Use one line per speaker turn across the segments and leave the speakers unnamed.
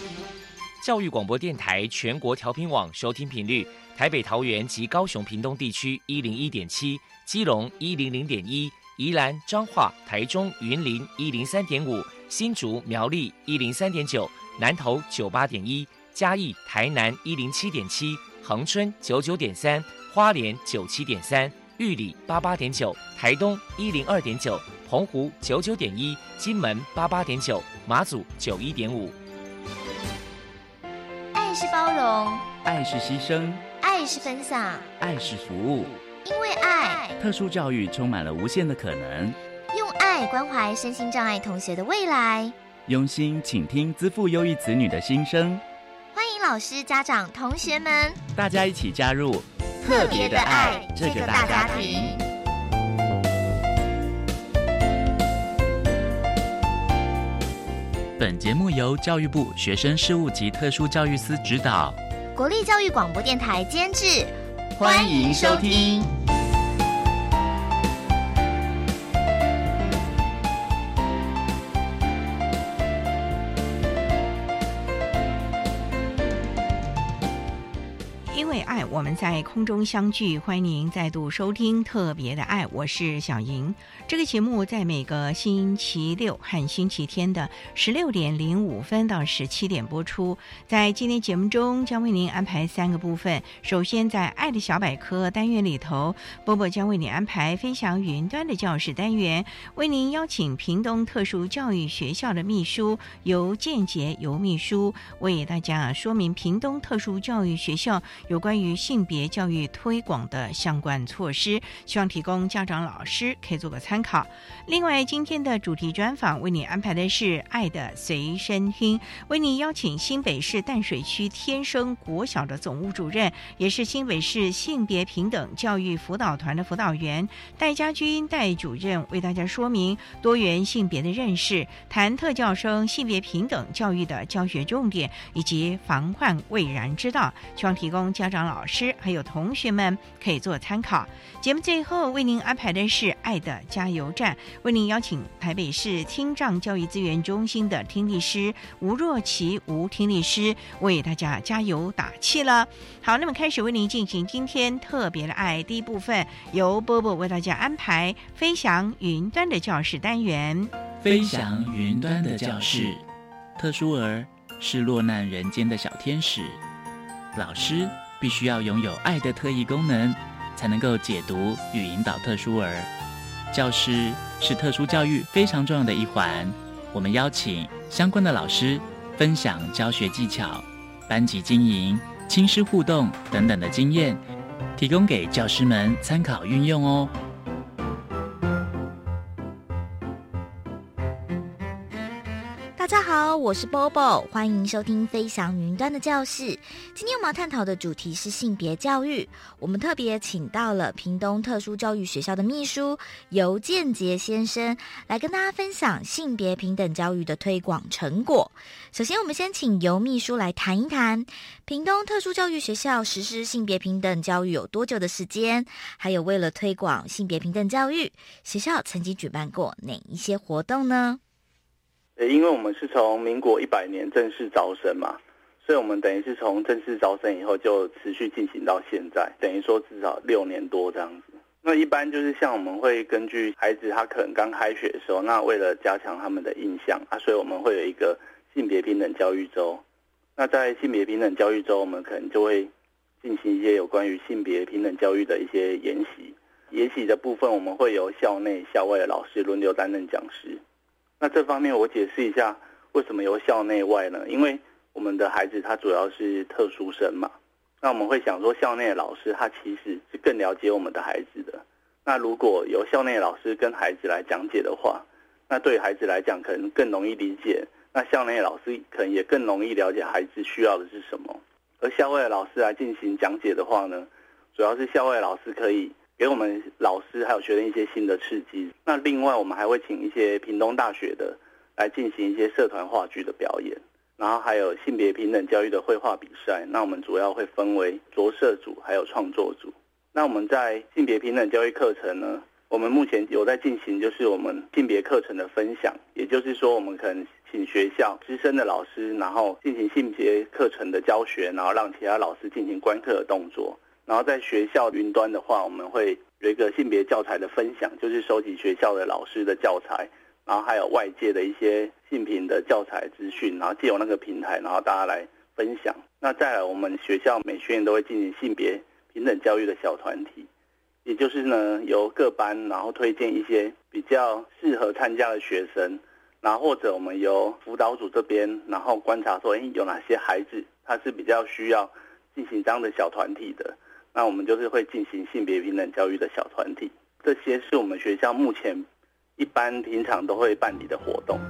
教育广播电台全国调频网收听频率：台北、桃园及高雄屏东地区101.7，基隆100.1，宜兰、彰化、台中、云林103.5，新竹、苗栗103.9，南投98.1，嘉义、台南107.7，恒春99.3，花莲97.3，玉里88.9，台东102.9，澎湖99.1，金门88.9，马祖91.5。
爱是包容，
爱是牺牲，
爱是分享，
爱是服务。
因为爱，
特殊教育充满了无限的可能。
用爱关怀身心障碍同学的未来，
用心倾听资赋优异子女的心声。
欢迎老师、家长、同学们，
大家一起加入特别的爱这个大家庭。本节目由教育部学生事务及特殊教育司指导，
国立教育广播电台监制，
欢迎收听。
因为爱，我们在空中相聚，欢迎您再度收听特别的爱，我是小莹。这个节目在每个星期六和星期天的16点05分到17点播出。在今天节目中将为您安排3个部分。首先在爱的小百科单元里头，波波将为您安排分享云端的教室单元，为您邀请屏东特殊教育学校的秘书尤建杰尤秘书为大家说明屏东特殊教育学校有关于性别教育推广的相关措施，希望提供家长老师可以做个参考。另外今天的主题专访为你安排的是爱的随身听，为你邀请新北市淡水区天生国小的总务主任，也是新北市性别平等教育辅导团的辅导员戴家军戴主任，为大家说明多元性别的认识，谈特教生性别平等教育的教学重点以及防患未然之道，希望提供家长老师还有同学们可以做参考。节目最后为您安排的是爱的加油站，为您邀请台北市听障教育资源中心的听力师吴若琪吴听力师为大家加油打气了。好，那么开始为您进行今天特别的爱第一部分，由波波为大家安排飞翔云端的教室单元。
飞翔云端的教室，特殊儿是落难人间的小天使，老师必须要拥有爱的特异功能，才能够解读与引导特殊儿。教师是特殊教育非常重要的一环，我们邀请相关的老师分享教学技巧、班级经营、亲师互动等等的经验，提供给教师们参考运用哦。
大家好，我是 Bobo， 欢迎收听飞翔云端的教室。今天我们要探讨的主题是性别教育，我们特别请到了屏东特殊教育学校的秘书尤建杰先生来跟大家分享性别平等教育的推广成果。首先我们先请尤秘书来谈一谈屏东特殊教育学校实施性别平等教育有多久的时间，还有为了推广性别平等教育，学校曾经举办过哪一些活动呢？
因为我们是从民国100年正式招生嘛，所以我们等于是从正式招生以后就持续进行到现在，等于说至少6年多这样子。那一般就是像我们会根据孩子他可能刚开学的时候，那为了加强他们的印象所以我们会有一个性别平等教育周。那在性别平等教育周，我们可能就会进行一些有关于性别平等教育的一些研习。研习的部分我们会由校内校外的老师轮流担任讲师。那这方面我解释一下为什么由校内外呢？因为我们的孩子他主要是特殊生嘛，那我们会想说校内的老师他其实是更了解我们的孩子的。那如果由校内的老师跟孩子来讲解的话，那对孩子来讲可能更容易理解，那校内的老师可能也更容易了解孩子需要的是什么。而校外的老师来进行讲解的话呢，主要是校外的老师可以给我们老师还有学生一些新的刺激。那另外我们还会请一些屏东大学的来进行一些社团话剧的表演，然后还有性别平等教育的绘画比赛。那我们主要会分为着色组还有创作组。那我们在性别平等教育课程呢，我我们目前有在进行就是我们性别课程的分享，也就是说我们可能请学校资深的老师，然后进行性别课程的教学，然后让其他老师进行观课的动作。然后在学校云端的话，我们会有一个性别教材的分享，就是收集学校的老师的教材，然后还有外界的一些性平的教材资讯，然后借由那个平台，然后大家来分享。那再来，我们学校每学年都会进行性别平等教育的小团体，也就是呢由各班然后推荐一些比较适合参加的学生，然后或者我们由辅导组这边然后观察说有哪些孩子他是比较需要进行这样的小团体的，那我们就是会进行性别平等教育的小团体。这些是我们学校目前一般平常都会办理的活动。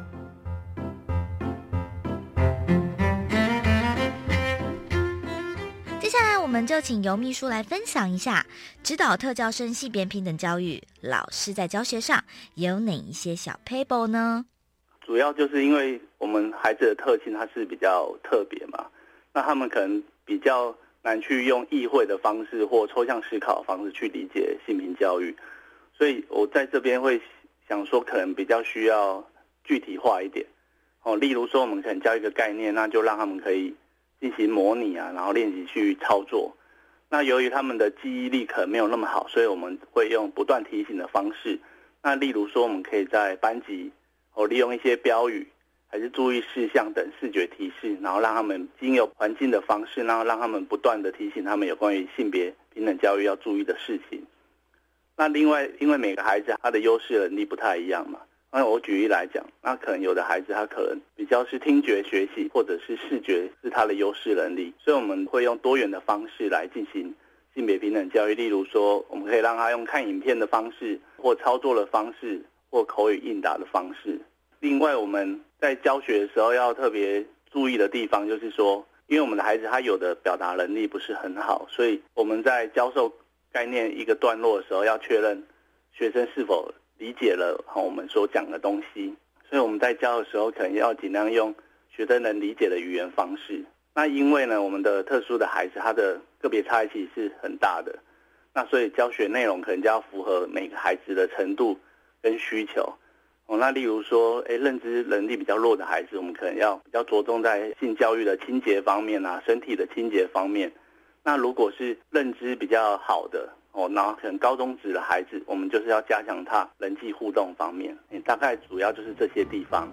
接下来我们就请尤秘书来分享一下指导特教生性别平等教育，老师在教学上也有哪一些小 paper 呢？
主要就是因为我们孩子的特性它是比较特别嘛，那他们可能比较难去用意会的方式或抽象思考的方式去理解性平教育，所以我在这边会想说可能比较需要具体化一点。例如说我们可能教一个概念，那就让他们可以进行模拟啊，然后练习去操作。那由于他们的记忆力可能没有那么好，所以我们会用不断提醒的方式。那例如说我们可以在班级利用一些标语还是注意事项等视觉提示，然后让他们经由环境的方式，然后让他们不断的提醒他们有关于性别平等教育要注意的事情。那另外因为每个孩子他的优势能力不太一样嘛，那我举例来讲，那可能有的孩子他可能比较是听觉学习，或者是视觉是他的优势能力，所以我们会用多元的方式来进行性别平等教育。例如说我们可以让他用看影片的方式，或操作的方式，或口语应答的方式。另外我们在教学的时候要特别注意的地方就是说，因为我们的孩子他有的表达能力不是很好，所以我们在教授概念一个段落的时候要确认学生是否理解了我们所讲的东西，所以我们在教的时候可能要尽量用学生能理解的语言方式。那因为呢我们的特殊的孩子他的个别差异其实是很大的，那所以教学内容可能就要符合每个孩子的程度跟需求。那例如说认知能力比较弱的孩子，我们可能要比较着重在性教育的清洁方面啊，身体的清洁方面。那如果是认知比较好的然后可能高中职的孩子，我们就是要加强他人际互动方面。大概主要就是这些地方。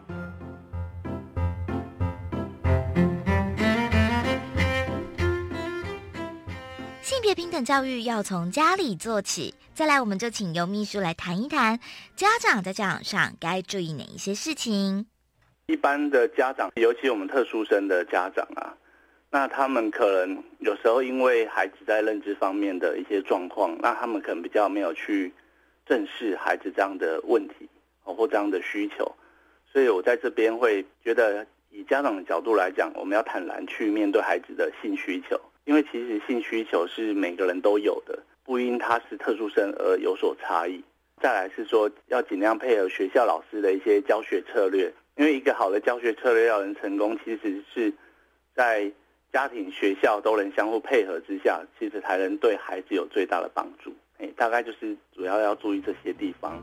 性别平等教育要从家里做起，再来我们就请尤秘书来谈一谈家长在教养上该注意哪一些事情。
一般的家长，尤其我们特殊生的家长啊，那他们可能有时候因为孩子在认知方面的一些状况，那他们可能比较没有去正视孩子这样的问题或这样的需求，所以我在这边会觉得以家长的角度来讲，我们要坦然去面对孩子的性需求，因为其实性需求是每个人都有的，不因他是特殊生而有所差异。再来是说要尽量配合学校老师的一些教学策略，因为一个好的教学策略要能成功，其实是在家庭学校都能相互配合之下，其实才能对孩子有最大的帮助。大概就是主要要注意这些地方。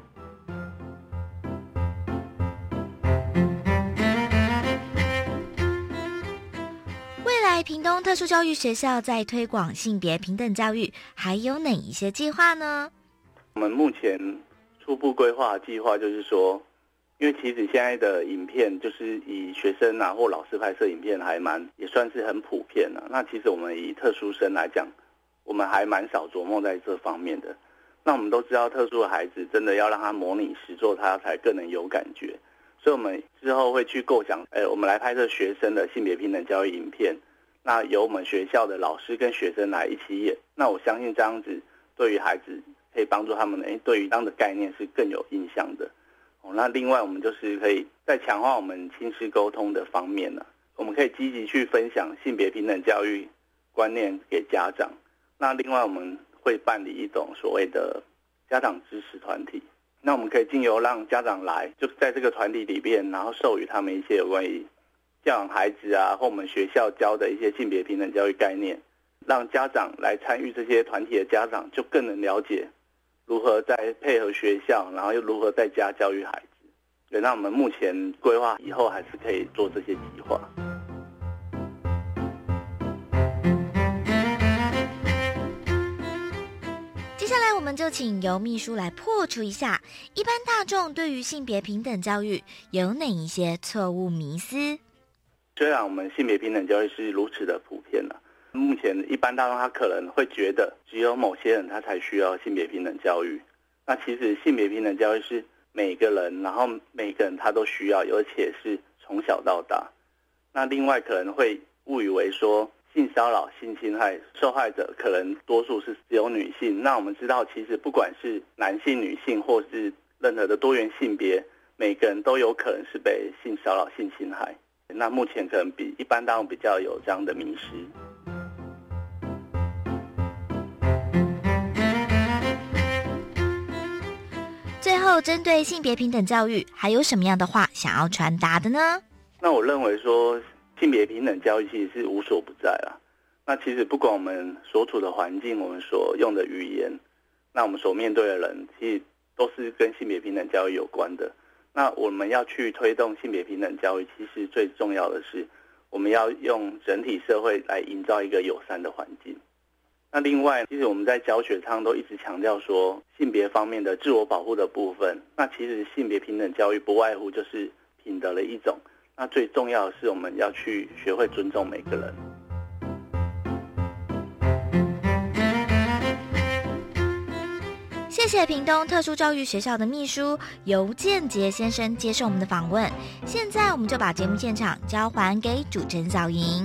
未来屏东特殊教育学校在推广性别平等教育还有哪一些计划呢？
我们目前初步规划的计划就是说，因为其实现在的影片就是以学生或老师拍摄影片也算是很普遍了。那其实我们以特殊生来讲，我们还蛮少琢磨在这方面的。那我们都知道特殊的孩子真的要让他模拟实作，他才更能有感觉，所以我们之后会去构想我们来拍摄学生的性别平等教育影片，那由我们学校的老师跟学生来一起演。那我相信这样子对于孩子可以帮助他们对于这样的概念是更有印象的。那另外我们就是可以在强化我们亲师沟通的方面呢，我们可以积极去分享性别平等教育观念给家长。那另外我们会办理一种所谓的家长支持团体，那我们可以经由让家长来，就在这个团体里面，然后授予他们一些有关于教养孩子或我们学校教的一些性别平等教育概念，让家长来参与这些团体的家长就更能了解如何再配合学校，然后又如何在家教育孩子。对，那我们目前规划以后还是可以做这些计划。
接下来我们就请由秘书来破除一下一般大众对于性别平等教育有哪一些错误迷思。
虽然我们性别平等教育是如此的普遍了，目前一般大众他可能会觉得只有某些人他才需要性别平等教育，那其实性别平等教育是每个人，然后每个人他都需要，而且是从小到大。那另外可能会误以为说性骚扰、性侵害受害者可能多数是只有女性，那我们知道其实不管是男性、女性或是任何的多元性别，每个人都有可能是被性骚扰、性侵害。那目前可能比一般大众比较有这样的迷失。
最后，针对性别平等教育，还有什么样的话想要传达的呢？
那我认为说，性别平等教育其实是无所不在啦。那其实不管我们所处的环境，我们所用的语言，那我们所面对的人，其实都是跟性别平等教育有关的。那我们要去推动性别平等教育，其实最重要的是，我们要用整体社会来营造一个友善的环境。那另外，其实我们在教学上都一直强调说，性别方面的自我保护的部分。那其实性别平等教育不外乎就是品德的一种。那最重要的是，我们要去学会尊重每个人。
谢谢屏东特殊教育学校的秘书尤建杰先生接受我们的访问。现在我们就把节目现场交还给主持人小莹。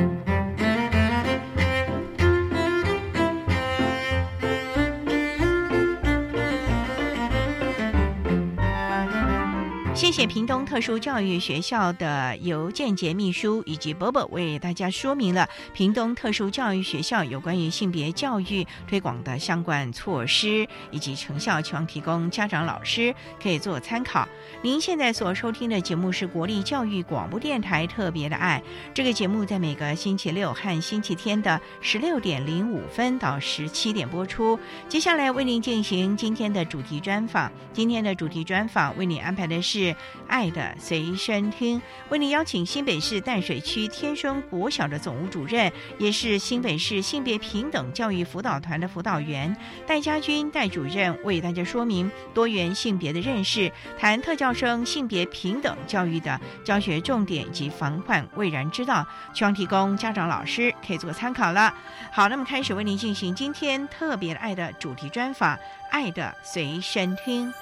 谢谢屏东特殊教育学校的尤建杰秘书以及伯伯为大家说明了屏东特殊教育学校有关于性别教育推广的相关措施以及成效，希望提供家长老师可以做参考。您现在所收听的节目是国立教育广播电台特别的爱，这个节目在每个星期六和星期天的16:05到17点播出。接下来为您进行今天的主题专访，今天的主题专访为您安排的是爱的随身听，为您邀请新北市淡水区天生国小的总务主任，也是新北市性别平等教育辅导团的辅导员戴家军戴主任，为大家说明多元性别的认识，谈特教生性别平等教育的教学重点以及防患未然之道，希望提供家长老师可以做参考了。好，那么开始为您进行今天特别爱的主题专访，爱的随身听。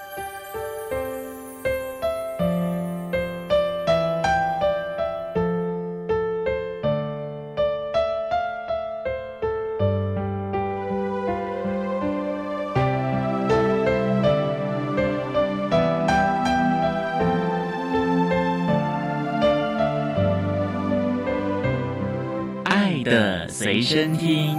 随身听。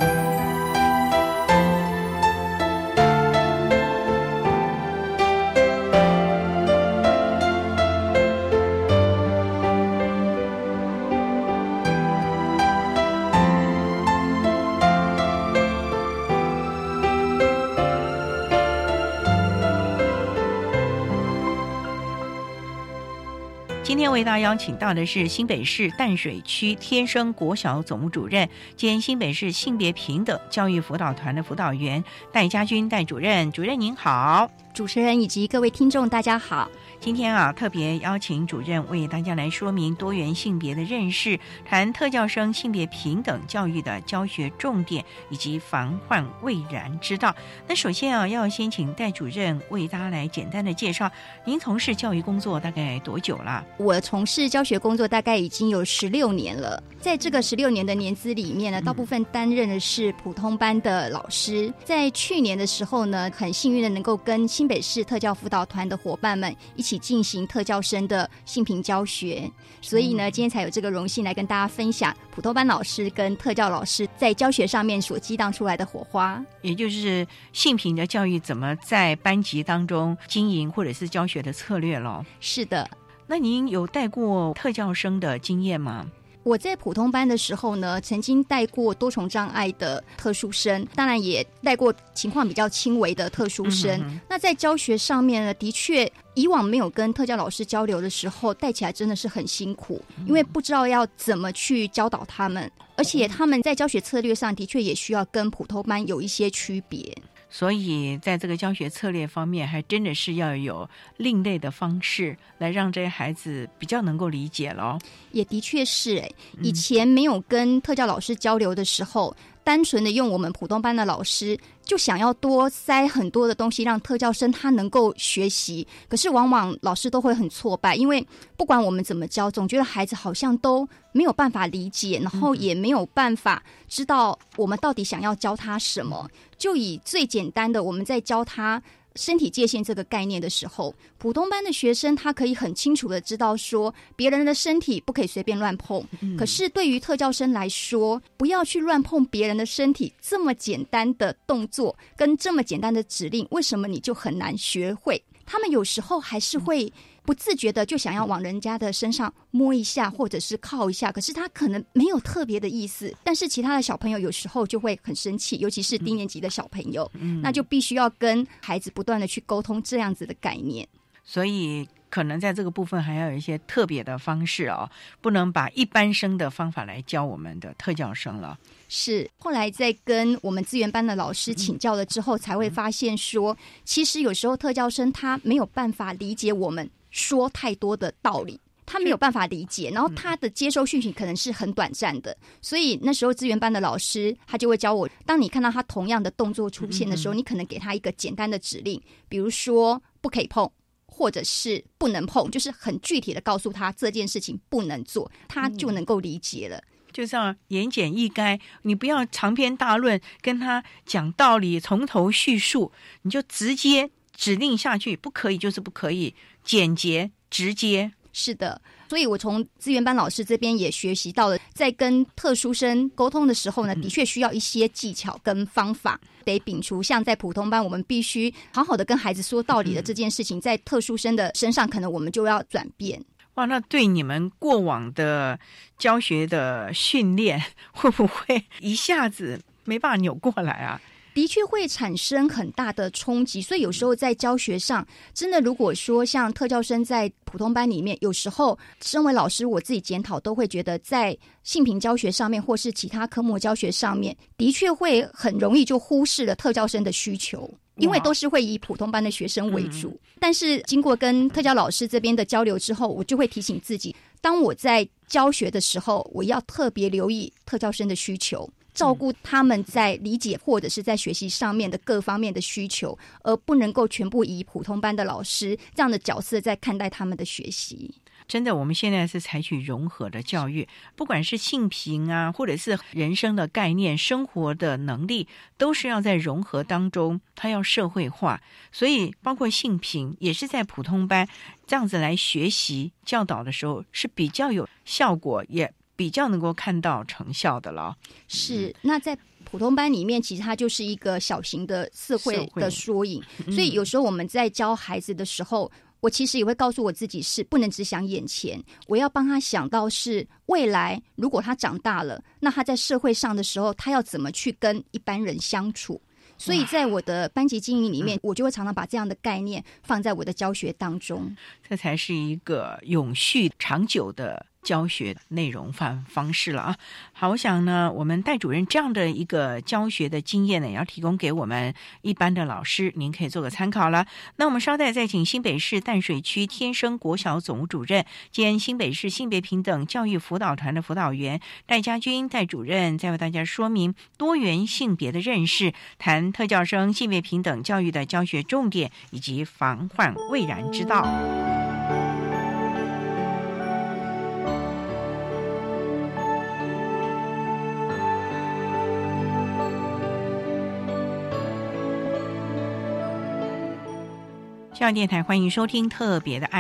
今天为大家邀请到的是新北市淡水区天生国小总务主任兼新北市性别平等教育辅导团的辅导员戴家军戴主任。主任您好。
主持人以及各位听众大家好。
今天特别邀请主任为大家来说明多元性别的认识，谈特教生性别平等教育的教学重点以及防患未然之道。那首先要先请戴主任为大家来简单的介绍，您从事教育工作大概多久了？
我从事教学工作大概已经有16年了，在这个16年的年资里面呢，大部分担任的是普通班的老师。在去年的时候呢，很幸运的能够跟新北市特教辅导团的伙伴们一起进行特教生的性平教学，所以呢，今天才有这个荣幸来跟大家分享普通班老师跟特教老师在教学上面所激荡出来的火花，
也就是性平的教育怎么在班级当中经营或者是教学的策略咯。
是的。
那您有带过特教生的经验吗？
我在普通班的时候呢，曾经带过多重障碍的特殊生，当然也带过情况比较轻微的特殊生。那在教学上面呢，的确以往没有跟特教老师交流的时候，带起来真的是很辛苦，因为不知道要怎么去教导他们，而且他们在教学策略上的确也需要跟普通班有一些区别。
所以在这个教学策略方面，还真的是要有另类的方式来让这些孩子比较能够理解咯。
也的确是以前没有跟特教老师交流的时候，单纯的用我们普通班的老师就想要多塞很多的东西让特教生他能够学习，可是往往老师都会很挫败，因为不管我们怎么教，总觉得孩子好像都没有办法理解，然后也没有办法知道我们到底想要教他什么。就以最简单的，我们在教他身体界限这个概念的时候，普通班的学生他可以很清楚的知道说别人的身体不可以随便乱碰，可是对于特教生来说，不要去乱碰别人的身体，这么简单的动作跟这么简单的指令，为什么你就很难学会？他们有时候还是会不自觉的就想要往人家的身上摸一下或者是靠一下，可是他可能没有特别的意思，但是其他的小朋友有时候就会很生气，尤其是低年级的小朋友，那就必须要跟孩子不断的去沟通这样子的概念。
所以可能在这个部分还要有一些特别的方式不能把一般生的方法来教我们的特教生了。
是后来在跟我们资源班的老师请教了之后，才会发现说，其实有时候特教生他没有办法理解我们说太多的道理，他没有办法理解，然后他的接收讯息可能是很短暂的，所以那时候资源班的老师他就会教我，当你看到他同样的动作出现的时候，你可能给他一个简单的指令，比如说不可以碰，或者是不能碰，就是很具体的告诉他这件事情不能做，他就能够理解了。
就是要言简意赅，你不要长篇大论跟他讲道理，从头叙述，你就直接指令下去，不可以就是不可以，简洁直接。
是的，所以我从资源班老师这边也学习到了，在跟特殊生沟通的时候呢，的确需要一些技巧跟方法，得摒除像在普通班我们必须好好的跟孩子说道理的这件事情，在特殊生的身上可能我们就要转变。
哇，那对你们过往的教学的训练会不会一下子没办法扭过来啊？
的确会产生很大的冲击，所以有时候在教学上，真的如果说像特教生在普通班里面，有时候身为老师我自己检讨都会觉得在性平教学上面或是其他科目教学上面，的确会很容易就忽视了特教生的需求，因为都是会以普通班的学生为主。但是经过跟特教老师这边的交流之后，我就会提醒自己，当我在教学的时候，我要特别留意特教生的需求，照顾他们在理解或者是在学习上面的各方面的需求，而不能够全部以普通班的老师这样的角色在看待他们的学习。
真的，我们现在是采取融合的教育，不管是性平啊，或者是人生的概念、生活的能力，都是要在融合当中，它要社会化。所以包括性平也是在普通班这样子来学习教导的时候是比较有效果，也比较能够看到成效的了。
是，那在普通班里面其实它就是一个小型的社会的缩影，所以有时候我们在教孩子的时候，我其实也会告诉我自己，是不能只想眼前，我要帮他想到是未来，如果他长大了，那他在社会上的时候，他要怎么去跟一般人相处。所以在我的班级经营里面，我就会常常把这样的概念放在我的教学当中。
这才是一个永续长久的教学内容方式了啊！好，我想呢，我们戴主任这样的一个教学的经验呢，也要提供给我们一般的老师，您可以做个参考了。那我们稍待再请新北市淡水区天生国小总务主任兼新北市性别平等教育辅导团的辅导员戴家君戴主任，再为大家说明多元性别的认识，谈特教生性别平等教育的教学重点以及防患未然之道。教育电台欢迎收听特别的爱，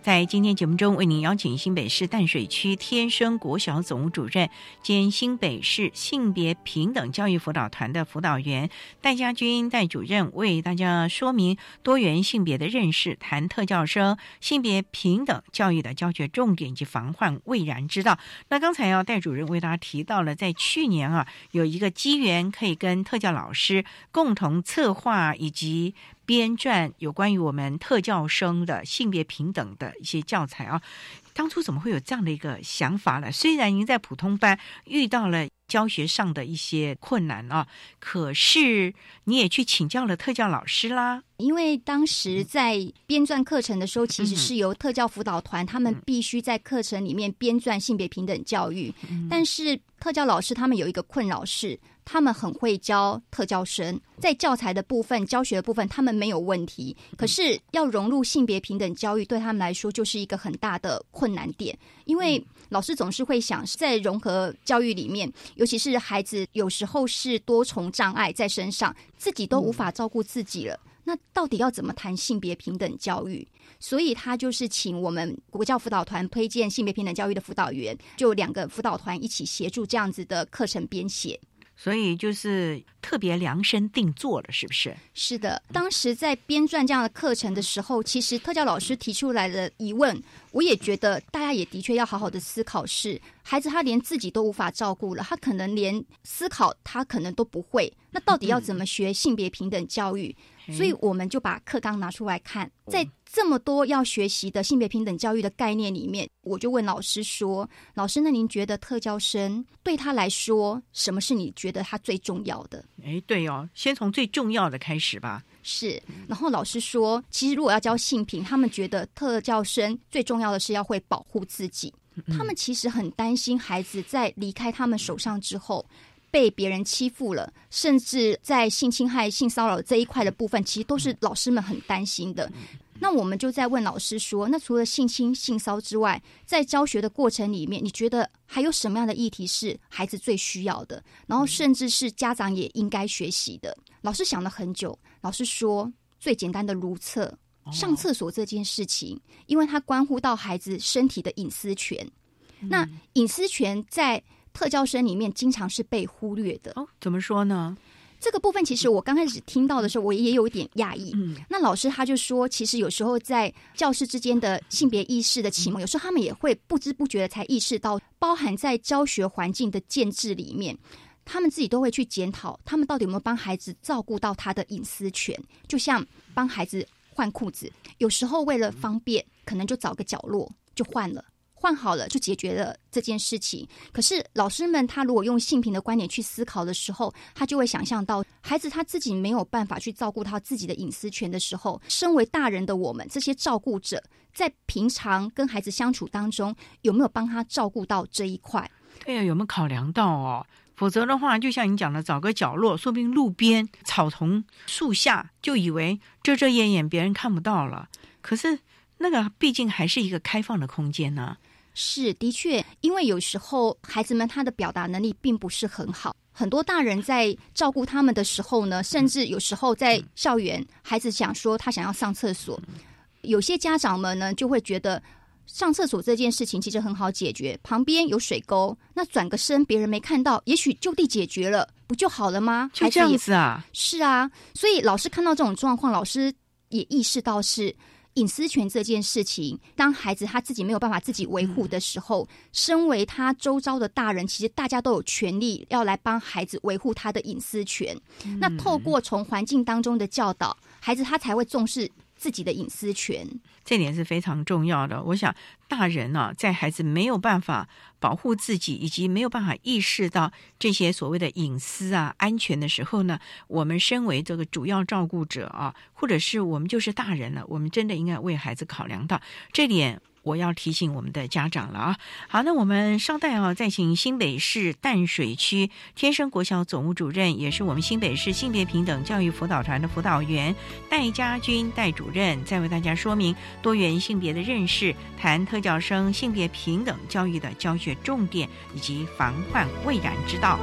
在今天节目中，为您邀请新北市淡水区天生国小总务主任兼新北市性别平等教育辅导团的辅导员戴家军戴主任，为大家说明多元性别的认识，谈特教生性别平等教育的教学重点以及防患未然之道。那刚才戴主任为大家提到了，在去年有一个机缘可以跟特教老师共同策划以及编撰有关于我们特教生的性别平等的一些教材当初怎么会有这样的一个想法呢？虽然您在普通班遇到了教学上的一些困难可是你也去请教了特教老师啦。
因为当时在编撰课程的时候，其实是由特教辅导团他们必须在课程里面编撰性别平等教育，但是特教老师他们有一个困扰是，他们很会教特教生，在教材的部分、教学的部分他们没有问题，可是要融入性别平等教育对他们来说就是一个很大的困难点。因为老师总是会想，在融合教育里面，尤其是孩子有时候是多重障碍在身上，自己都无法照顾自己了，那到底要怎么谈性别平等教育？所以他就是请我们国教辅导团推荐性别平等教育的辅导员，就2个辅导团一起协助这样子的课程编写。
所以就是特别量身定做了，是不是？
是的，当时在编撰这样的课程的时候，其实特教老师提出来的疑问，我也觉得大家也的确要好好的思考，是孩子他连自己都无法照顾了，他可能连思考他可能都不会，那到底要怎么学性别平等教育？所以我们就把课纲拿出来看，在这么多要学习的性别平等教育的概念里面，我就问老师说，老师，那您觉得特教生对他来说，什么是你觉得他最重要的？
对先从最重要的开始吧。
是，然后老师说，其实如果要教性平，他们觉得特教生最重要的是要会保护自己，他们其实很担心孩子在离开他们手上之后被别人欺负了，甚至在性侵害、性骚扰这一块的部分，其实都是老师们很担心的。那我们就在问老师说，那除了性侵、性骚之外，在教学的过程里面，你觉得还有什么样的议题是孩子最需要的，然后甚至是家长也应该学习的？老师想了很久，老师说最简单的如厕、上厕所这件事情，因为它关乎到孩子身体的隐私权。那隐私权在特教生里面经常是被忽略的。
怎么说呢？
这个部分其实我刚开始听到的时候，我也有一点讶异。那老师他就说，其实有时候在教师之间的性别意识的启蒙，有时候他们也会不知不觉的才意识到，包含在教学环境的建制里面，他们自己都会去检讨，他们到底有没有帮孩子照顾到他的隐私权。就像帮孩子换裤子，有时候为了方便，可能就找个角落就换了。换好了就解决了这件事情。可是老师们他如果用性平的观点去思考的时候，他就会想象到孩子他自己没有办法去照顾他自己的隐私权的时候，身为大人的我们这些照顾者，在平常跟孩子相处当中有没有帮他照顾到这一块？
对啊，有没有考量到否则的话，就像你讲的，找个角落，说不定路边草丛树下，就以为遮遮掩掩别人看不到了。可是那个毕竟还是一个开放的空间呢。
是，的确，因为有时候孩子们他的表达能力并不是很好，很多大人在照顾他们的时候呢，甚至有时候在校园，孩子想说他想要上厕所，有些家长们呢就会觉得上厕所这件事情其实很好解决，旁边有水沟，那转个身别人没看到，也许就地解决了，不就好了吗？
就这样子啊？
是啊，所以老师看到这种状况，老师也意识到是隐私权这件事情，当孩子他自己没有办法自己维护的时候，身为他周遭的大人，其实大家都有权利要来帮孩子维护他的隐私权。那透过从环境当中的教导，孩子他才会重视自己的隐私权，
这点是非常重要的。我想大人在孩子没有办法保护自己，以及没有办法意识到这些所谓的隐私安全的时候呢，我们身为这个主要照顾者或者是我们就是大人了，我们真的应该为孩子考量到这点。我要提醒我们的家长了好，那我们稍待再请新北市淡水区天生国小总务主任，也是我们新北市性别平等教育辅导团的辅导员戴家军戴主任，再为大家说明多元性别的认识，谈特教生性别平等教育的教学重点以及防患未然之道。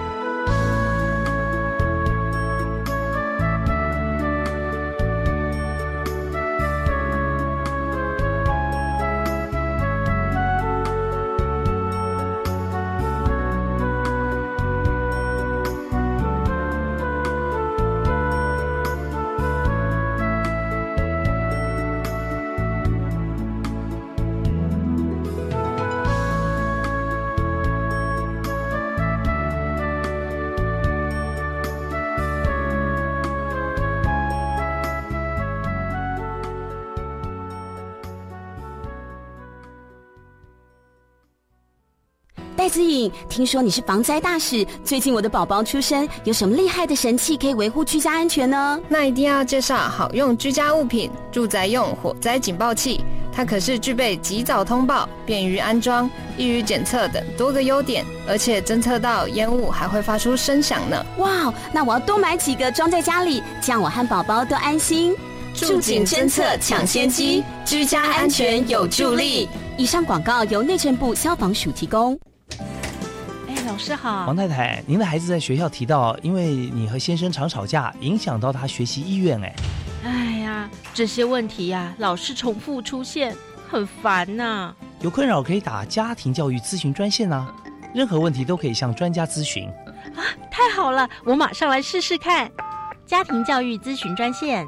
戴资颖，听说你是防灾大使，最近我的宝宝出生，有什么厉害的神器可以维护居家安全呢？
那一定要介绍好用居家物品——住宅用火灾警报器。它可是具备及早通报、便于安装、易于检测等多个优点，而且侦测到烟雾还会发出声响呢。
哇，那我要多买几个装在家里，这样我和宝宝都安心。
住警侦测抢先机，居家安全有助力。
以上广告由内政部消防署提供。
老师好。
王太太，您的孩子在学校提到，因为你和先生常吵架，影响到他学习意愿。
哎呀，这些问题呀，老是重复出现，很烦呐。
有困扰可以打家庭教育咨询专线啊，任何问题都可以向专家咨询。
啊，太好了，我马上来试试看。家庭教育咨询专线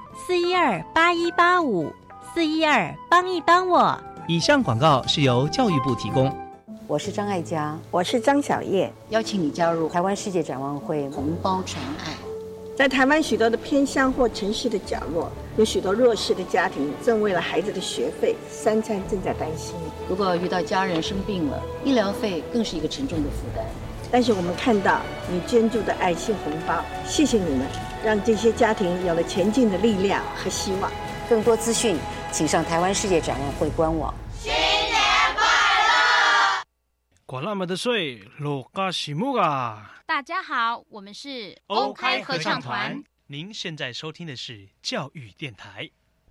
412-8185，412帮一帮我。
以上广告是由教育部提供。
我是张爱嘉，
我是张小叶，
邀请你加入台湾世界展望会红包传爱。
在台湾许多的偏乡或城市的角落，有许多弱势的家庭正为了孩子的学费、三餐正在担心。
如果遇到家人生病了，医疗费更是一个沉重的负担。
但是我们看到你捐助的爱心红包，谢谢你们，让这些家庭有了前进的力量和希望。
更多资讯，请上台湾世界展望会官网。
新年快乐！
管那么的水，落嘎西木啊！
大家好，我们是
欧开合唱团。
您现在收听的是教育电台。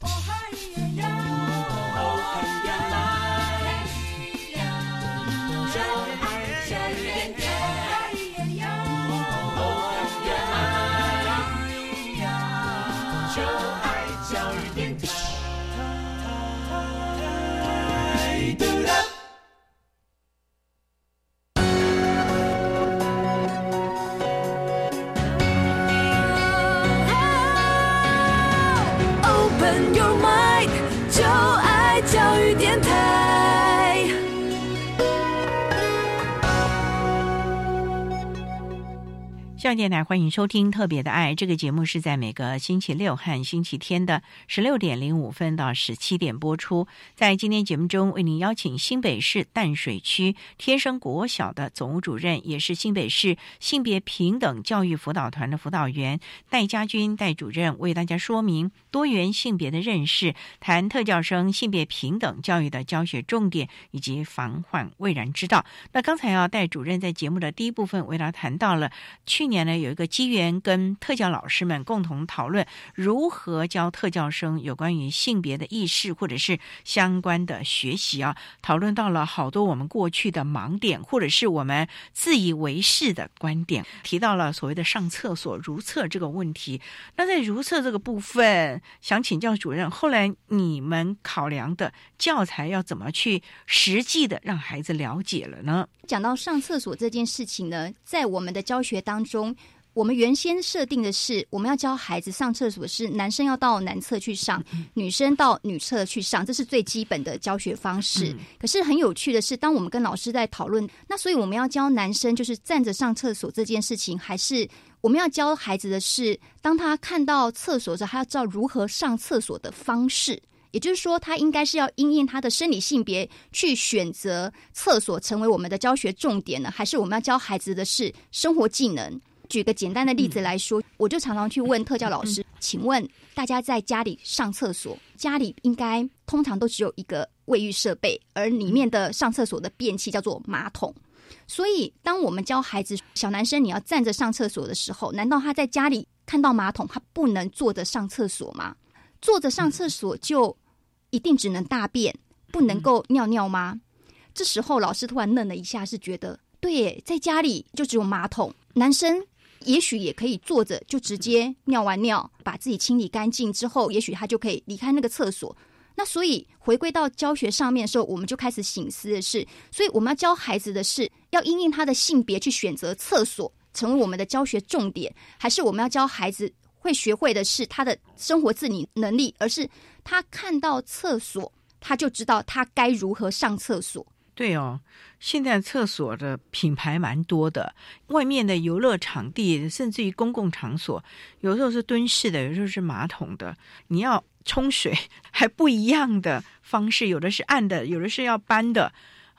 Open your mind， 就爱教育电台。
教育电台欢迎收听特别的爱，这个节目是在每个星期六和星期天的16点05分到17点播出。在今天节目中，为您邀请新北市淡水区天生国小的总务主任，也是新北市性别平等教育辅导团的辅导员戴家君戴主任，为大家说明多元性别的认识，谈特教生性别平等教育的教学重点以及防患未然之道。那刚才戴主任在节目的第一部分为大家谈到了去年呢有一个机缘跟特教老师们共同讨论如何教特教生有关于性别的意识或者是相关的学习啊，讨论到了好多我们过去的盲点或者是我们自以为是的观点，提到了所谓的上厕所如厕这个问题。那在如厕这个部分，想请教主任，后来你们考量的教材要怎么去实际的让孩子了解了呢？
讲到上厕所这件事情呢，在我们的教学当中，我们原先设定的是，我们要教孩子上厕所是男生要到男厕去上，女生到女厕去上，这是最基本的教学方式。可是很有趣的是，当我们跟老师在讨论，那所以我们要教男生就是站着上厕所这件事情，还是我们要教孩子的是，当他看到厕所的时候，他要知道如何上厕所的方式。也就是说，他应该是要因应他的生理性别去选择厕所成为我们的教学重点呢，还是我们要教孩子的是生活技能？举个简单的例子来说，我就常常去问特教老师，请问大家在家里上厕所，家里应该通常都只有一个卫浴设备，而里面的上厕所的便器叫做马桶。所以当我们教孩子小男生你要站着上厕所的时候，难道他在家里看到马桶他不能坐着上厕所吗？坐着上厕所就一定只能大便，不能够尿尿吗？这时候老师突然愣了一下，是觉得对耶，在家里就只有马桶，男生也许也可以坐着就直接尿完尿把自己清理干净之后，也许他就可以离开那个厕所。那所以回归到教学上面的时候，我们就开始省思的是，所以我们要教孩子的是要因应他的性别去选择厕所成为我们的教学重点，还是我们要教孩子会学会的是他的生活自理能力，而是他看到厕所他就知道他该如何上厕所。
对哦，现在厕所的品牌蛮多的，外面的游乐场地甚至于公共场所，有时候是蹲式的，有时候是马桶的，你要冲水还不一样的方式，有的是按的，有的是要搬的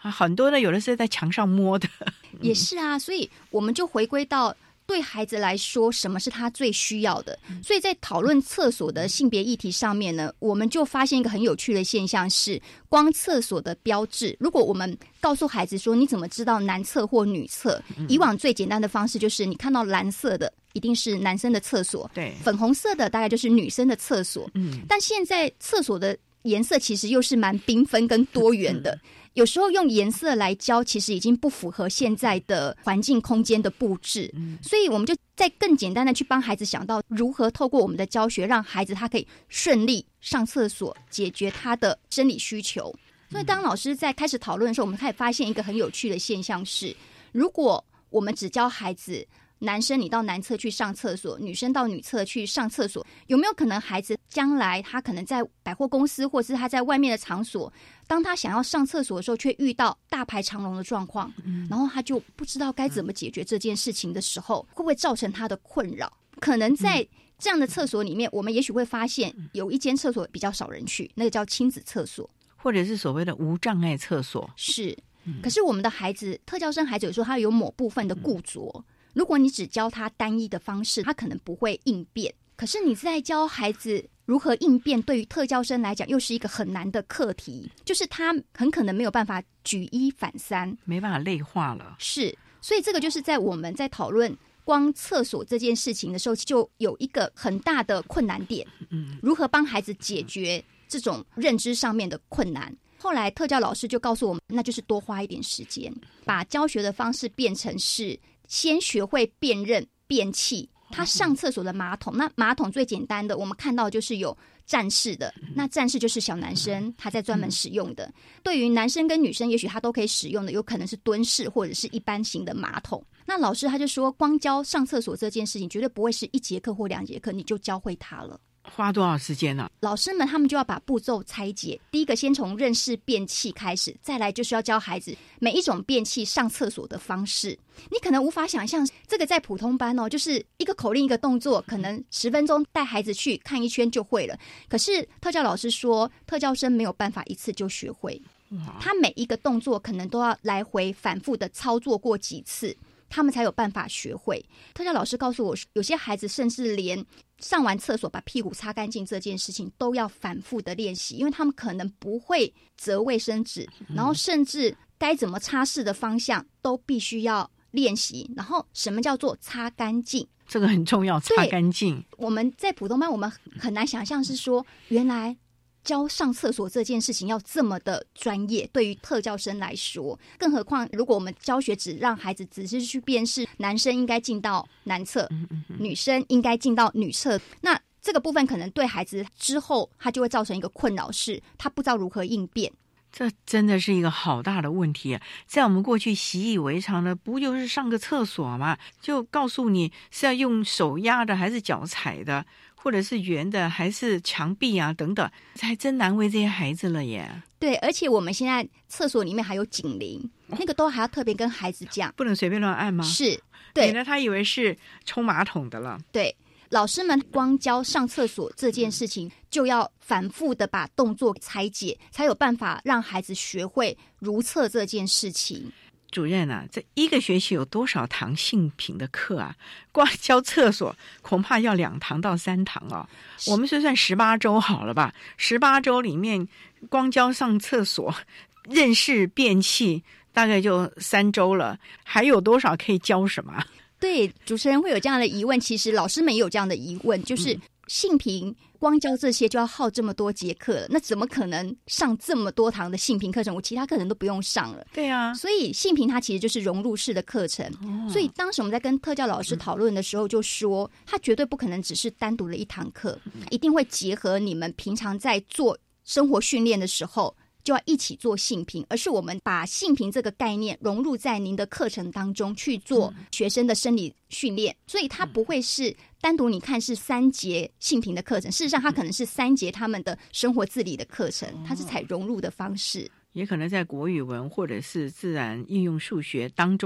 很多的有的是在墙上摸的。
也是啊，所以我们就回归到对孩子来说什么是他最需要的。所以在讨论厕所的性别议题上面呢，我们就发现一个很有趣的现象是，光厕所的标志，如果我们告诉孩子说你怎么知道男厕或女厕，以往最简单的方式就是你看到蓝色的一定是男生的厕所，
对，
粉红色的大概就是女生的厕所。但现在厕所的颜色其实又是蛮缤纷跟多元的，有时候用颜色来教其实已经不符合现在的环境空间的布置，所以我们就再更简单的去帮孩子想到如何透过我们的教学让孩子他可以顺利上厕所，解决他的生理需求。所以当老师在开始讨论的时候，我们开始发现一个很有趣的现象是，如果我们只教孩子男生你到男厕去上厕所，女生到女厕去上厕所，有没有可能孩子将来他可能在百货公司或是他在外面的场所，当他想要上厕所的时候却遇到大排长龙的状况，然后他就不知道该怎么解决这件事情的时候，会不会造成他的困扰？可能在这样的厕所里面，我们也许会发现有一间厕所比较少人去，那个叫亲子厕所，
或者是所谓的无障碍厕所。
是，可是我们的孩子，特教生孩子有时候他有某部分的固着，如果你只教他单一的方式，他可能不会应变。可是你在教孩子如何应变，对于特教生来讲又是一个很难的课题，就是他很可能没有办法举一反三，
没办法类化了。
是，所以这个就是在我们在讨论光厕所这件事情的时候，就有一个很大的困难点，如何帮孩子解决这种认知上面的困难。后来特教老师就告诉我们，那就是多花一点时间，把教学的方式变成是先学会辨认便器，他上厕所的马桶，那马桶最简单的我们看到就是有站式的，那站式就是小男生他在专门使用的，对于男生跟女生也许他都可以使用的，有可能是蹲式或者是一般型的马桶。那老师他就说，光教上厕所这件事情绝对不会是1节课或2节课你就教会他了。
花多少时间呢？
老师们他们就要把步骤拆解，第一个先从认识便器开始，再来就是要教孩子每一种便器上厕所的方式。你可能无法想象，这个在普通班就是一个口令一个动作，可能10分钟带孩子去看一圈就会了。可是特教老师说，特教生没有办法一次就学会，他每一个动作可能都要来回反复的操作过几次，他们才有办法学会。特教老师告诉我，有些孩子甚至连上完厕所把屁股擦干净这件事情都要反复的练习，因为他们可能不会折卫生纸，然后甚至该怎么擦拭的方向都必须要练习。然后什么叫做擦干净，
这个很重要，擦干净。
我们在普通班我们很难想象是说，原来教上厕所这件事情要这么的专业，对于特教生来说，更何况如果我们教学只让孩子只是去辨识男生应该进到男厕，女生应该进到女厕，那这个部分可能对孩子之后他就会造成一个困扰，是他不知道如何应变。
这真的是一个好大的问题啊！在我们过去习以为常的，不就是上个厕所吗？就告诉你是要用手压的还是脚踩的，或者是圆的还是墙壁啊等等，还真难为这些孩子了耶。
对，而且我们现在厕所里面还有警铃，那个都还要特别跟孩子讲，
不能随便乱按吗？
是，对，
免得他以为是冲马桶的了。
对，老师们光教上厕所这件事情，就要反复的把动作拆解，才有办法让孩子学会如厕这件事情。
主任啊，这一个学期有多少堂性平的课啊？光教厕所恐怕要2堂到3堂哦。我们就算18周好了吧，18周里面光教上厕所、认识便器，大概就3周了，还有多少可以教什么？
对，主持人会有这样的疑问，其实老师们也有这样的疑问，就是性平光教这些就要耗这么多节课了，那怎么可能上这么多堂的性平课程？我其他课程都不用上了。
对啊，
所以性平它其实就是融入式的课程。所以当时我们在跟特教老师讨论的时候就说，它绝对不可能只是单独的一堂课，一定会结合你们平常在做生活训练的时候就要一起做性平，而是我们把性平这个概念融入在您的课程当中去做学生的生理训练，所以它不会是单独你看是3节性平的课程，事实上它可能是3节他们的生活自理的课程，它是采融入的方式，
也可能在国语文或者是自然应用数学当中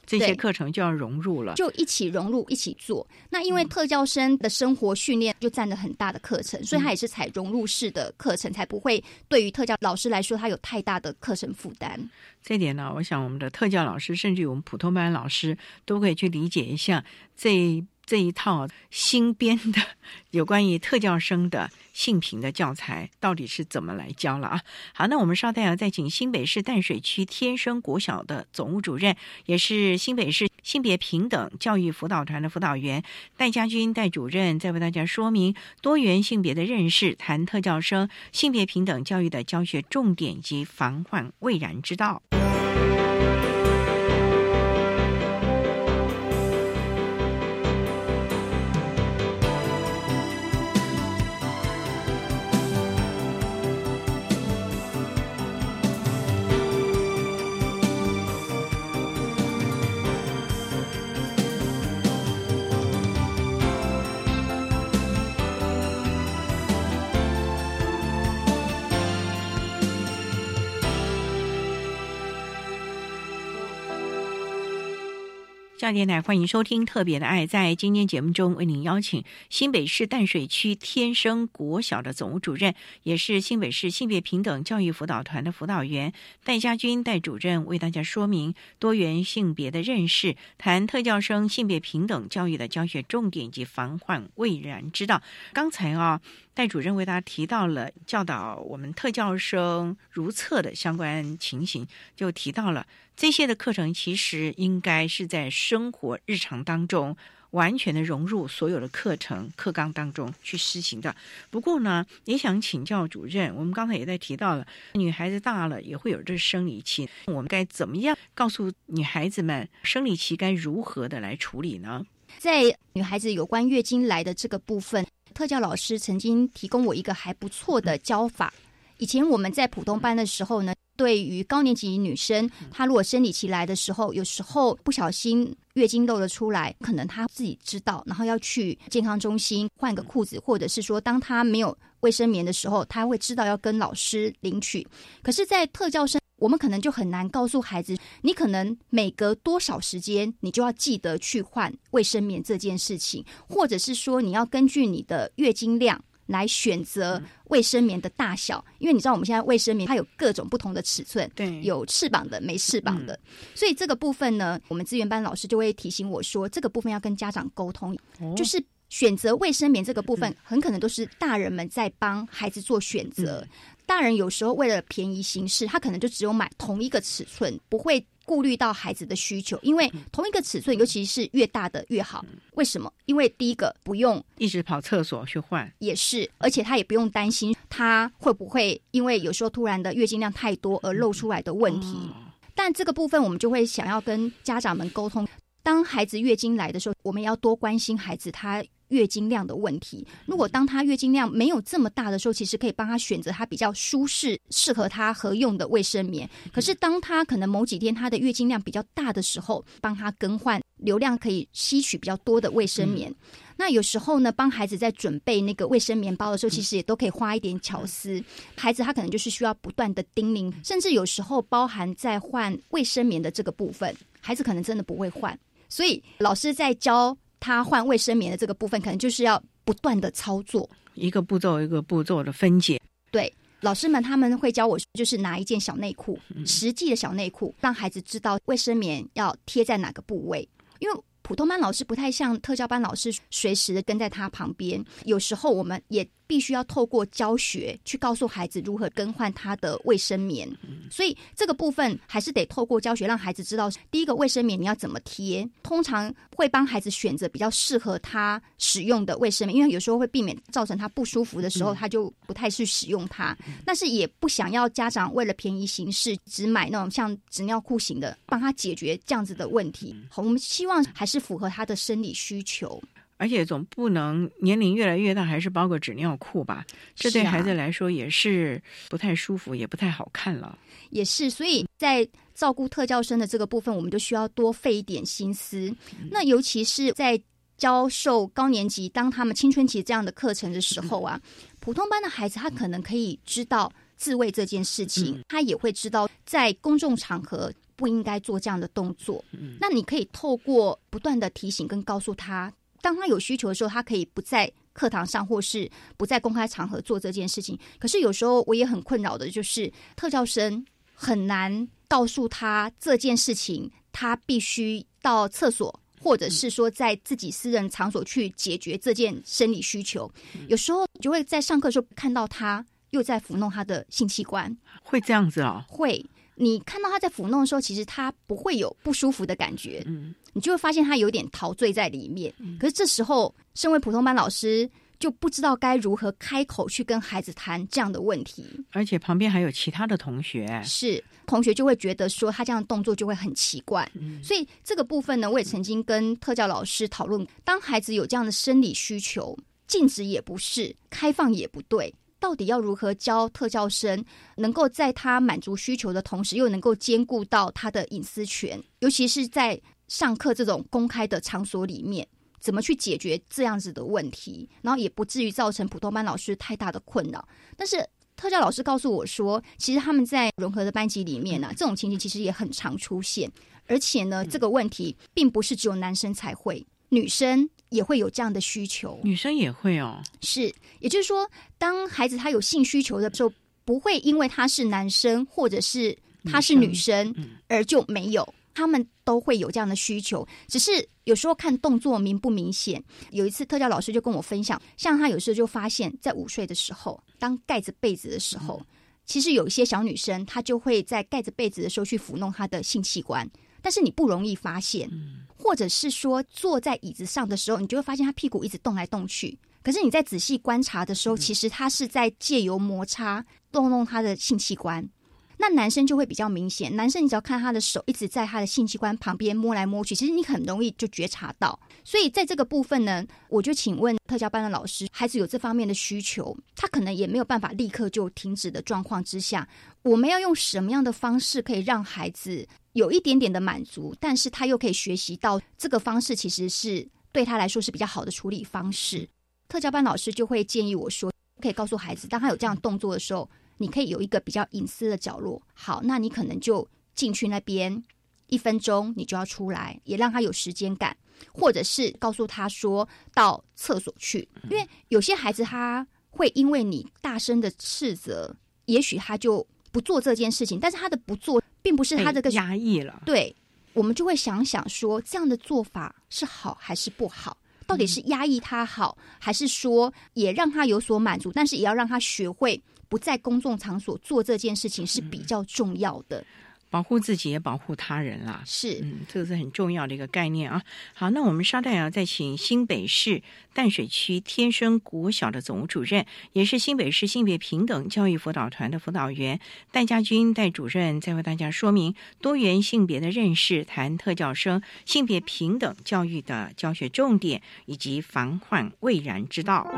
这些课程就要融入了，
就一起融入一起做。那因为特教生的生活训练就占了很大的课程，所以它也是采融入式的课程，才不会对于特教老师来说他有太大的课程负担。
这点呢，我想我们的特教老师甚至于我们普通班老师都可以去理解一下这一套新编的有关于特教生的性平的教材到底是怎么来教了啊？好，那我们稍待再请新北市淡水区天生国小的总务主任，也是新北市性别平等教育辅导团的辅导员戴家军戴主任，再为大家说明多元性别的认识，谈特教生性别平等教育的教学重点及防患未然之道。教育电台欢迎收听特别的爱，在今天节目中为您邀请新北市淡水区天生国小的总务主任，也是新北市性别平等教育辅导团的辅导员戴家军戴主任，为大家说明多元性别的认识，谈特教生性别平等教育的教学重点及防患未然之道。刚才戴主任为大家提到了教导我们特教生如厕的相关情形，就提到了这些的课程其实应该是在生活日常当中完全的融入所有的课程课纲当中去施行的。不过呢，也想请教主任，我们刚才也在提到了女孩子大了也会有这生理期，我们该怎么样告诉女孩子们生理期该如何的来处理呢？
在女孩子有关月经来的这个部分，特教老师曾经提供我一个还不错的教法。以前我们在普通班的时候呢，对于高年级女生，她如果生理期来的时候，有时候不小心月经漏了出来，可能她自己知道，然后要去健康中心换个裤子，或者是说当她没有卫生棉的时候，她会知道要跟老师领取。可是在特教生，我们可能就很难告诉孩子，你可能每隔多少时间你就要记得去换卫生棉这件事情，或者是说你要根据你的月经量来选择卫生棉的大小，因为你知道我们现在卫生棉它有各种不同的尺寸，对，有翅膀的没翅膀的，所以这个部分呢，我们资源班老师就会提醒我说，这个部分要跟家长沟通，就是选择卫生棉这个部分很可能都是大人们在帮孩子做选择，大人有时候为了便宜行事，他可能就只有买同一个尺寸，不会顾虑到孩子的需求，因为同一个尺寸尤其是越大的越好。为什么？因为第一个不用
一直跑厕所去换，
也是，而且他也不用担心他会不会因为有时候突然的月经量太多而漏出来的问题。但这个部分我们就会想要跟家长们沟通，当孩子月经来的时候，我们要多关心孩子他月经量的问题。如果当他月经量没有这么大的时候，其实可以帮他选择他比较舒适适合他合用的卫生棉。可是当他可能某几天他的月经量比较大的时候，帮他更换流量可以吸取比较多的卫生棉。那有时候呢，帮孩子在准备那个卫生棉包的时候，其实也都可以花一点巧思。孩子他可能就是需要不断的叮咛，甚至有时候包含在换卫生棉的这个部分，孩子可能真的不会换，所以老师在教他换卫生棉的这个部分，可能就是要不断的操作，
一个步骤一个步骤的分解。
对，老师们他们会教我，就是拿一件小内裤，实际的小内裤，让孩子知道卫生棉要贴在哪个部位。因为普通班老师不太像特教班老师随时的跟在他旁边，有时候我们也必须要透过教学去告诉孩子如何更换他的卫生棉，所以这个部分还是得透过教学让孩子知道，第一个卫生棉你要怎么贴，通常会帮孩子选择比较适合他使用的卫生棉，因为有时候会避免造成他不舒服的时候，他就不太去使用它，但是也不想要家长为了便宜行事只买那种像纸尿裤型的，帮他解决这样子的问题。我们希望还是符合他的生理需求，
而且总不能年龄越来越大还是包个纸尿裤吧，这对孩子来说也是不太舒服，也不太好看了。
也是，所以在照顾特教生的这个部分，我们就需要多费一点心思。那尤其是在教授高年级当他们青春期这样的课程的时候啊，普通班的孩子他可能可以知道自慰这件事情，他也会知道在公众场合不应该做这样的动作。那你可以透过不断的提醒跟告诉他，当他有需求的时候，他可以不在课堂上或是不在公开场合做这件事情。可是有时候我也很困扰的就是特教生很难告诉他这件事情，他必须到厕所或者是说在自己私人场所去解决这件生理需求。有时候就会在上课的时候看到他又在抚弄他的性器官。
会这样子哦？会。
你看到他在抚弄的时候，其实他不会有不舒服的感觉，你就会发现他有点陶醉在里面。可是这时候身为普通班老师就不知道该如何开口去跟孩子谈这样的问题，
而且旁边还有其他的同学，
是同学就会觉得说他这样的动作就会很奇怪。所以这个部分呢，我也曾经跟特教老师讨论，当孩子有这样的生理需求，禁止也不是，开放也不对，到底要如何教特教生能够在他满足需求的同时又能够兼顾到他的隐私权，尤其是在上课这种公开的场所里面，怎么去解决这样子的问题，然后也不至于造成普通班老师太大的困扰。但是特教老师告诉我说，其实他们在融合的班级里面这种情形其实也很常出现，而且呢，这个问题并不是只有男生才会，女生也会有这样的需求。
女生也会哦？是，
也就是说当孩子他有性需求的时候，不会因为他是男生或者是他是女生而就没有，他们都会有这样的需求，只是有时候看动作明不明显。有一次特教老师就跟我分享，像他有时候就发现在午睡的时候，当盖着被子的时候，其实有一些小女生她就会在盖着被子的时候去抚弄她的性器官，但是你不容易发现，或者是说坐在椅子上的时候，你就会发现她屁股一直动来动去，可是你在仔细观察的时候，其实她是在借由摩擦动弄她的性器官。那男生就会比较明显，男生你只要看他的手一直在他的性器官旁边摸来摸去，其实你很容易就觉察到。所以在这个部分呢，我就请问特教班的老师，孩子有这方面的需求，他可能也没有办法立刻就停止的状况之下，我们要用什么样的方式可以让孩子有一点点的满足，但是他又可以学习到这个方式其实是对他来说是比较好的处理方式。特教班老师就会建议我说，可以告诉孩子，当他有这样的动作的时候，你可以有一个比较隐私的角落，好，那你可能就进去那边1分钟，你就要出来，也让他有时间感，或者是告诉他说到厕所去。因为有些孩子他会因为你大声的斥责，也许他就不做这件事情，但是他的不做并不是他这个
压抑了。
对，我们就会想想说，这样的做法是好还是不好，到底是压抑他好，还是说也让他有所满足，但是也要让他学会不在公众场所做这件事情是比较重要的。
保护自己也保护他人啦，
是，
这个是很重要的一个概念啊。好，那我们稍待要再请新北市淡水区天生国小的总务主任，也是新北市性别平等教育辅导团的辅导员戴家军戴主任，再为大家说明多元性别的认识，谈特教生性别平等教育的教学重点以及防患未然之道。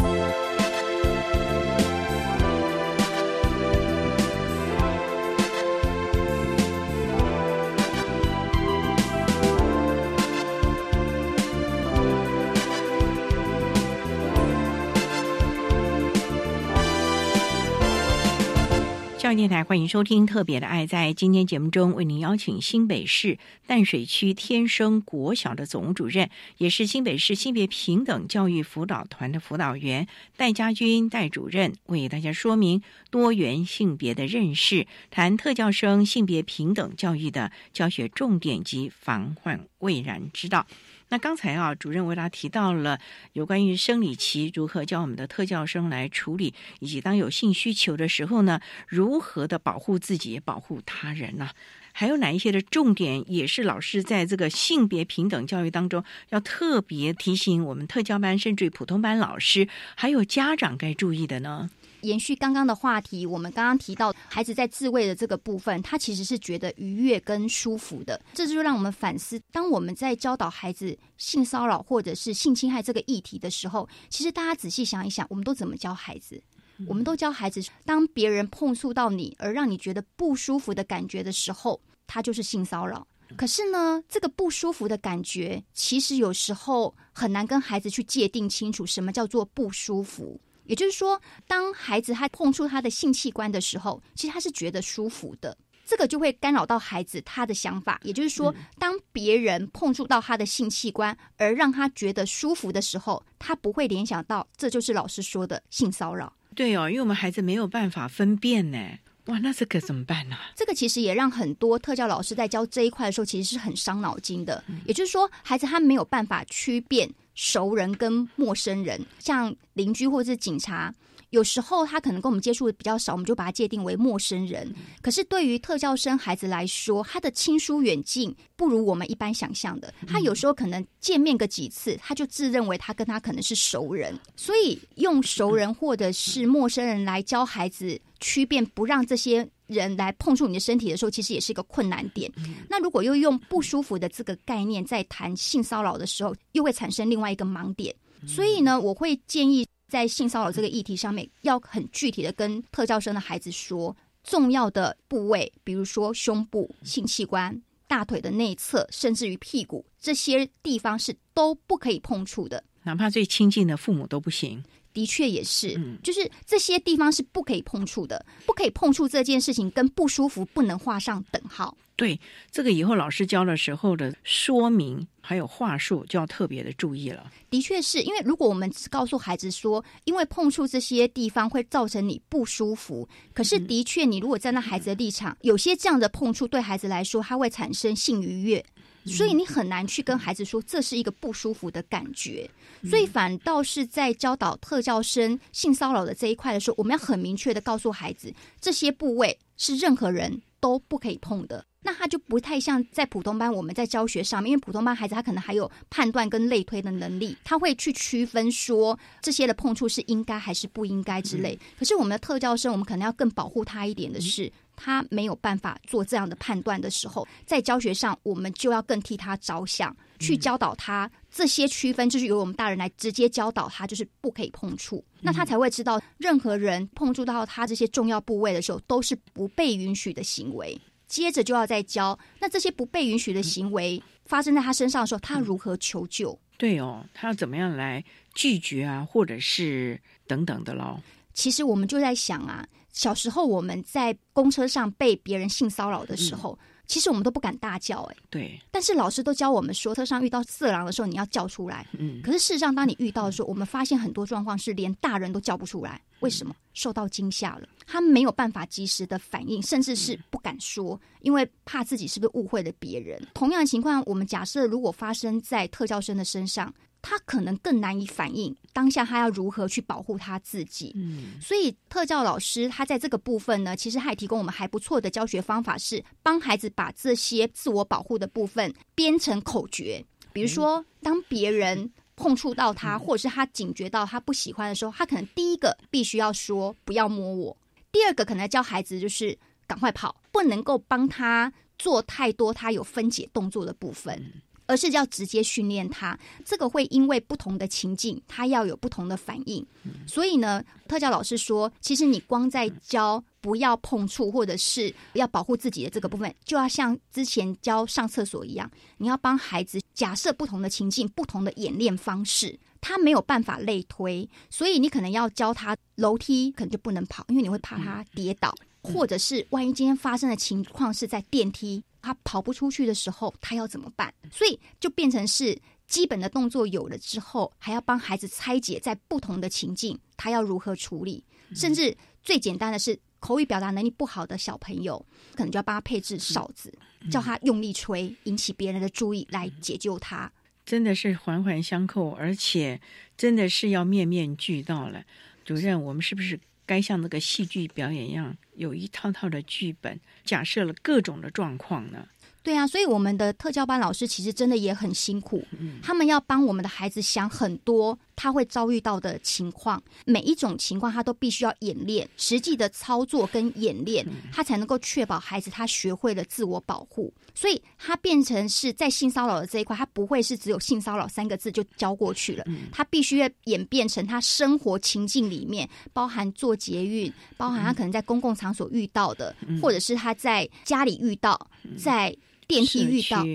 教育电台欢迎收听特别的爱，在今天节目中为您邀请新北市淡水区天生国小的总务主任，也是新北市性别平等教育辅导团的辅导员戴家军戴主任，为大家说明多元性别的认识，谈特教生性别平等教育的教学重点及防患未然之道。那刚才主任为大家提到了有关于生理期如何教我们的特教生来处理，以及当有性需求的时候呢，如何的保护自己也保护他人呢？还有哪一些的重点也是老师在这个性别平等教育当中要特别提醒我们特教班甚至于普通班老师还有家长该注意的呢？
延续刚刚的话题，我们刚刚提到孩子在自慰的这个部分，他其实是觉得愉悦跟舒服的，这就让我们反思，当我们在教导孩子性骚扰或者是性侵害这个议题的时候，其实大家仔细想一想，我们都怎么教孩子？我们都教孩子，当别人碰触到你而让你觉得不舒服的感觉的时候，它就是性骚扰。可是呢，这个不舒服的感觉其实有时候很难跟孩子去界定清楚什么叫做不舒服。也就是说，当孩子他碰触他的性器官的时候，其实他是觉得舒服的。 这个就会干扰到孩子他的想法，也就是说，当别人碰触到他的性器官而让他觉得舒服的时候，他不会联想到这就是老师说的性骚扰。
对哦，因为我们孩子没有办法分辨呢。哇，那这个怎么办呢？
这个其实也让很多特教老师在教这一块的时候，其实是很伤脑筋的。也就是说，孩子他没有办法区辨熟人跟陌生人，像邻居或者是警察。有时候他可能跟我们接触的比较少，我们就把他界定为陌生人。可是对于特教生孩子来说，他的亲疏远近不如我们一般想象的。他有时候可能见面个几次，他就自认为他跟他可能是熟人。所以用熟人或者是陌生人来教孩子区辨，不让这些人来碰触你的身体的时候，其实也是一个困难点。那如果又用不舒服的这个概念在谈性骚扰的时候，又会产生另外一个盲点。所以呢，我会建议在性骚扰这个议题上面，要很具体的跟特教生的孩子说，重要的部位，比如说胸部、性器官、大腿的内侧，甚至于屁股，这些地方是都不可以碰触的，
哪怕最亲近的父母都不行。
的确也是，就是这些地方是不可以碰触的，不可以碰触这件事情跟不舒服不能画上等号。
对，这个以后老师教的时候的说明还有话术就要特别的注意了。
的确是，因为如果我们只告诉孩子说，因为碰触这些地方会造成你不舒服，可是的确你如果站在孩子的立场，有些这样的碰触对孩子来说，它会产生性愉悦，所以你很难去跟孩子说这是一个不舒服的感觉。所以反倒是在教导特教生性骚扰的这一块的时候，我们要很明确的告诉孩子，这些部位是任何人都不可以碰的。那他就不太像在普通班我们在教学上面，因为普通班孩子他可能还有判断跟类推的能力，他会去区分说这些的碰触是应该还是不应该之类。可是我们的特教生，我们可能要更保护他一点的是，他没有办法做这样的判断的时候，在教学上我们就要更替他着想，去教导他这些区分，就是由我们大人来直接教导他，就是不可以碰触。那他才会知道任何人碰触到他这些重要部位的时候都是不被允许的行为。接着就要再教，那这些不被允许的行为发生在他身上的时候，他如何求救？
对哦，他要怎么样来拒绝啊，或者是等等的咯。
其实我们就在想啊，小时候我们在公车上被别人性骚扰的时候，其实我们都不敢大叫，
对。
但是老师都教我们说，车上遇到色狼的时候你要叫出来。可是事实上，当你遇到的时候，我们发现很多状况是连大人都叫不出来。为什么？受到惊吓了，他没有办法及时的反应，甚至是不敢说，因为怕自己是不是误会了别人。同样的情况，我们假设如果发生在特教生的身上，他可能更难以反应当下他要如何去保护他自己。所以特教老师他在这个部分呢，其实还提供我们还不错的教学方法，是帮孩子把这些自我保护的部分编成口诀。比如说当别人碰触到他，或者是他警觉到他不喜欢的时候，他可能第一个必须要说不要摸我，第二个可能教孩子就是赶快跑，不能够帮他做太多他有分解动作的部分，而是要直接训练他。这个会因为不同的情境他要有不同的反应。所以呢，特教老师说，其实你光在教不要碰触或者是要保护自己的这个部分，就要像之前教上厕所一样，你要帮孩子假设不同的情境，不同的演练方式。他没有办法类推，所以你可能要教他楼梯可能就不能跑，因为你会怕他跌倒，或者是万一今天发生的情况是在电梯他跑不出去的时候，他要怎么办？所以就变成是基本的动作有了之后，还要帮孩子拆解在不同的情境他要如何处理。甚至最简单的是口语表达能力不好的小朋友，可能就要帮他配置哨子，叫他用力吹，引起别人的注意来解救他。
真的是环环相扣，而且真的是要面面俱到了。主任，我们是不是该像那个戏剧表演一样，有一套套的剧本，假设了各种的状况呢？
对啊，所以我们的特教班老师其实真的也很辛苦，他们要帮我们的孩子想很多他会遭遇到的情况，每一种情况他都必须要演练，实际的操作跟演练，他才能够确保孩子他学会了自我保护。所以他变成是在性骚扰的这一块，他不会是只有性骚扰3个字就教过去了，他必须要演变成他生活情境里面，包含坐捷运，包含他可能在公共场所遇到的，或者是他在家里遇到，在电梯遇到，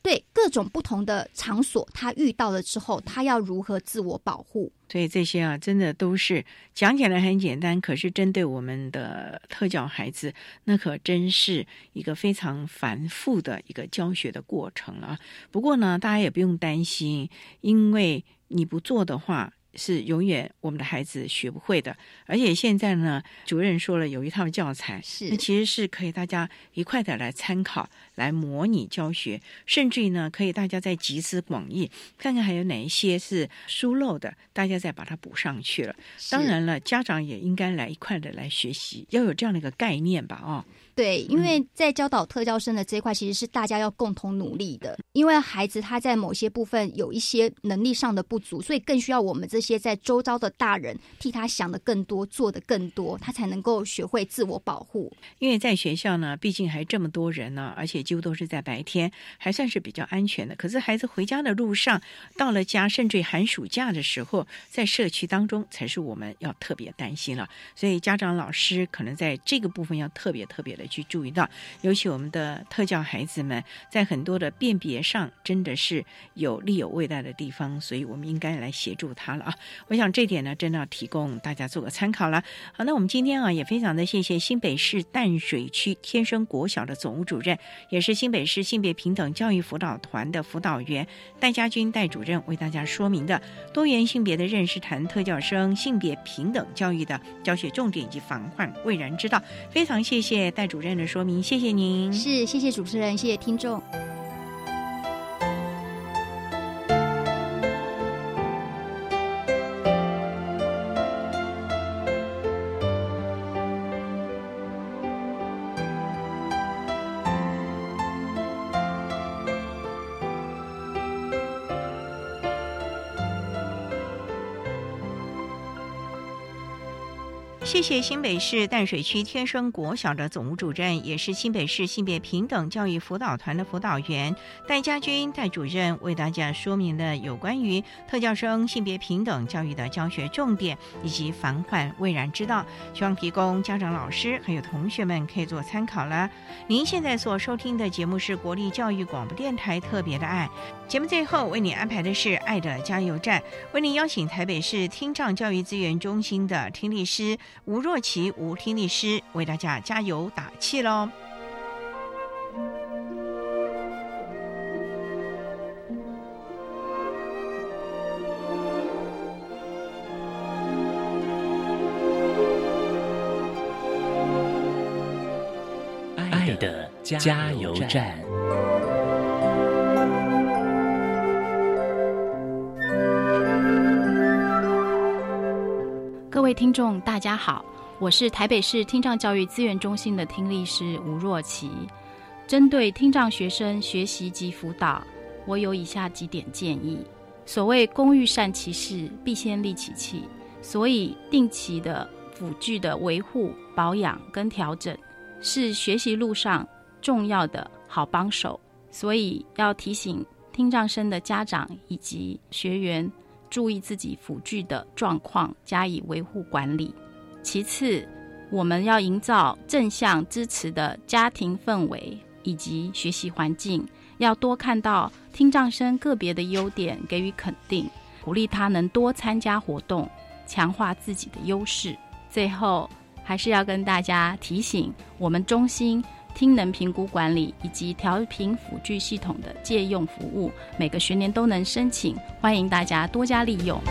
对各种不同的场所，他遇到了之后，他要如何自我保护。
所以这些啊，真的都是讲起来很简单，可是针对我们的特教孩子，那可真是一个非常繁复的一个教学的过程了。不过呢，大家也不用担心，因为你不做的话，是永远我们的孩子学不会的。而且现在呢，主任说了有一套教材，那其实是可以大家一块的来参考，来模拟教学，甚至于呢，可以大家再集思广益，看看还有哪一些是疏漏的，大家再把它补上去了。当然了，家长也应该来一块的来学习，要有这样的一个概念吧，哦。
对，因为在教导特教生的这一块，其实是大家要共同努力的。因为孩子他在某些部分有一些能力上的不足，所以更需要我们这些在周遭的大人替他想的更多，做的更多，他才能够学会自我保护。
因为在学校呢，毕竟还这么多人呢，而且几乎都是在白天，还算是比较安全的。可是孩子回家的路上，到了家，甚至寒暑假的时候，在社区当中，才是我们要特别担心了。所以家长、老师可能在这个部分要特别的去注意到，尤其我们的特教孩子们在很多的辨别上真的是有力有未逮的地方，所以我们应该来协助他了啊！我想这点呢，真的要提供大家做个参考了。好，那我们今天啊，也非常的谢谢新北市淡水区天生国小的总务主任，也是新北市性别平等教育辅导团的辅导员戴家军戴主任为大家说明的多元性别的认识谈特教生性别平等教育的教学重点以及防患未然之道。非常谢谢戴主任的说明，谢谢您。
是，谢谢主持人，谢谢听众。
谢谢新北市淡水区天生国小的总务主任，也是新北市性别平等教育辅导团的辅导员戴家军戴主任为大家说明了有关于特教生性别平等教育的教学重点以及防患未然之道，希望提供家长、老师还有同学们可以做参考了。您现在所收听的节目是国立教育广播电台特别的爱节目，最后为你安排的是爱的加油站，为您邀请台北市听障教育资源中心的听力师吴若琪吴听力师为大家加油打气喽。
爱的加油站。
各位听众大家好，我是台北市听障教育资源中心的听力师吴若琪。针对听障学生学习及辅导，我有以下几点建议。所谓工欲善其事，必先利其器，所以定期的辅具的维护、保养跟调整是学习路上重要的好帮手，所以要提醒听障生的家长以及学员注意自己辅具的状况，加以维护管理。其次，我们要营造正向支持的家庭氛围以及学习环境，要多看到听障生个别的优点，给予肯定，鼓励他能多参加活动，强化自己的优势。最后，还是要跟大家提醒，我们中心听能评估管理以及调频辅具系统的借用服务，每个学年都能申请，欢迎大家多加利用。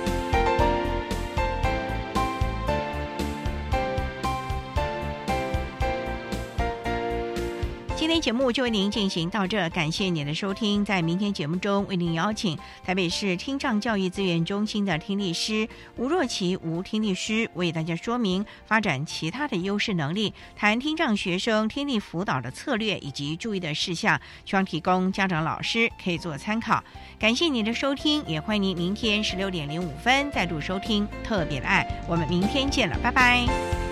今天节目就为您进行到这，感谢您的收听。在明天节目中，为您邀请台北市听障教育资源中心的听力师吴若琪吴听力师为大家说明发展其他的优势能力，谈听障学生听力辅导的策略以及注意的事项，希望提供家长老师可以做参考。感谢您的收听，也欢迎您明天16:05再度收听特别的爱，我们明天见了，拜拜。